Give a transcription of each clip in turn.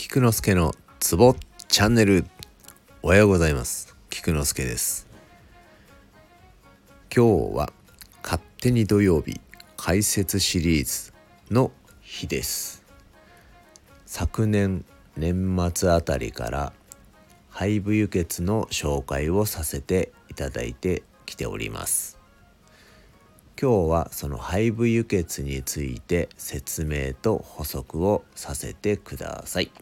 菊之助のツボチャンネル。おはようございます。菊之助です。今日は勝手に土曜日解説シリーズの日です。昨年年末あたりから肺部輸血の紹介をさせていただいてきております。今日はその肺部輸血について説明と補足をさせてください。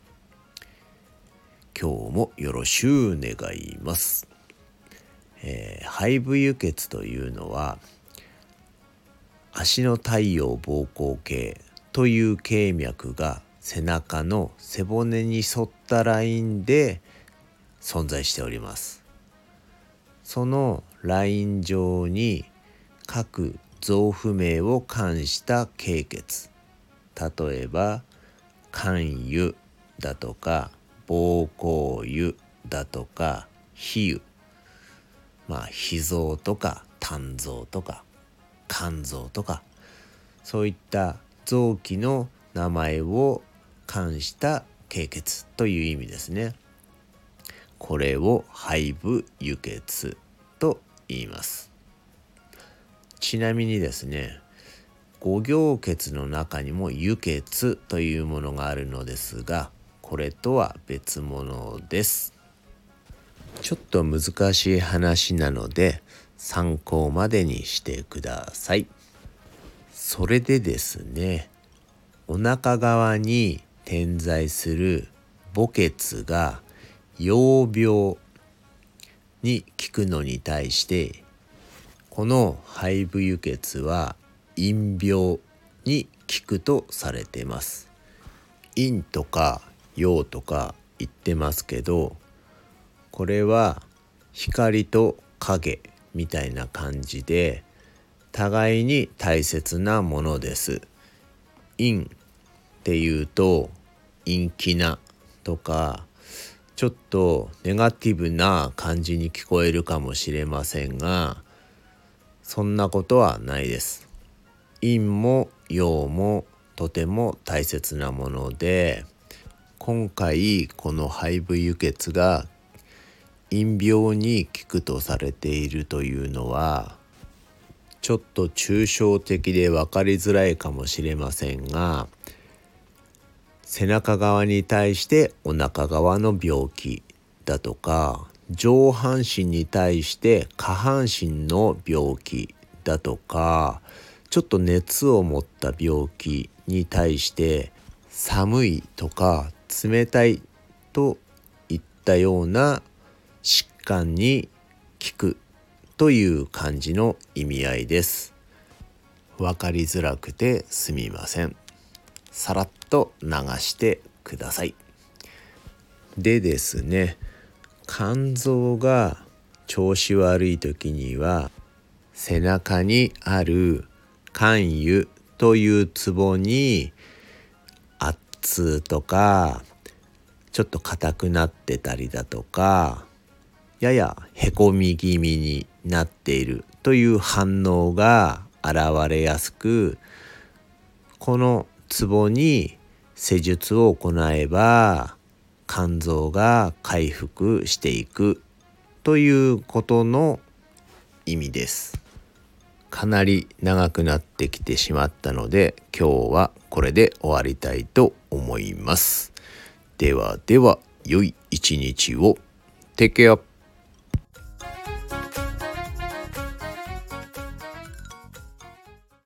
今日もよろしゅう願います。肺部輸血というのは足の太陽膀胱経という経脈が背中の背骨に沿ったラインで存在しております。そのライン上に各臓腑名を冠した経血、例えば肝輸だとか膀胱輸だとか脾輸、脾臓とか胆臓とか肝臓とか、そういった臓器の名前を冠した経血という意味ですね。これを肺部輸血と言います。ちなみにですね、五行血の中にも輸血というものがあるのですが、これとは別物です。ちょっと難しい話なので参考までにしてください。それでですね、お腹側に点在する母血が陽病に効くのに対して、この肺部輸血は陰病に効くとされています。陰とか陽とか言ってますけど、これは光と影みたいな感じで互いに大切なものです。陰っていうと陰気なとか、ちょっとネガティブな感じに聞こえるかもしれませんが、そんなことはないです。陰も陽もとても大切なもので、今回この肺部輸血が陰病に効くとされているというのはちょっと抽象的で分かりづらいかもしれませんが、背中側に対してお腹側の病気だとか、上半身に対して下半身の病気だとか、ちょっと熱を持った病気に対して寒いとか冷たいといったような疾患に効くという感じの意味合いです。わかりづらくてすみません。さらっと流してください。でですね、肝臓が調子悪い時には背中にある肝輸というツボに圧痛とか、ちょっと硬くなってたりだとか、ややへこみ気味になっているという反応が現れやすく、このツボに施術を行えば肝臓が回復していくということの意味です。かなり長くなってきてしまったので、今日はこれで終わりたいと思います。ではでは、良い一日を。Take care。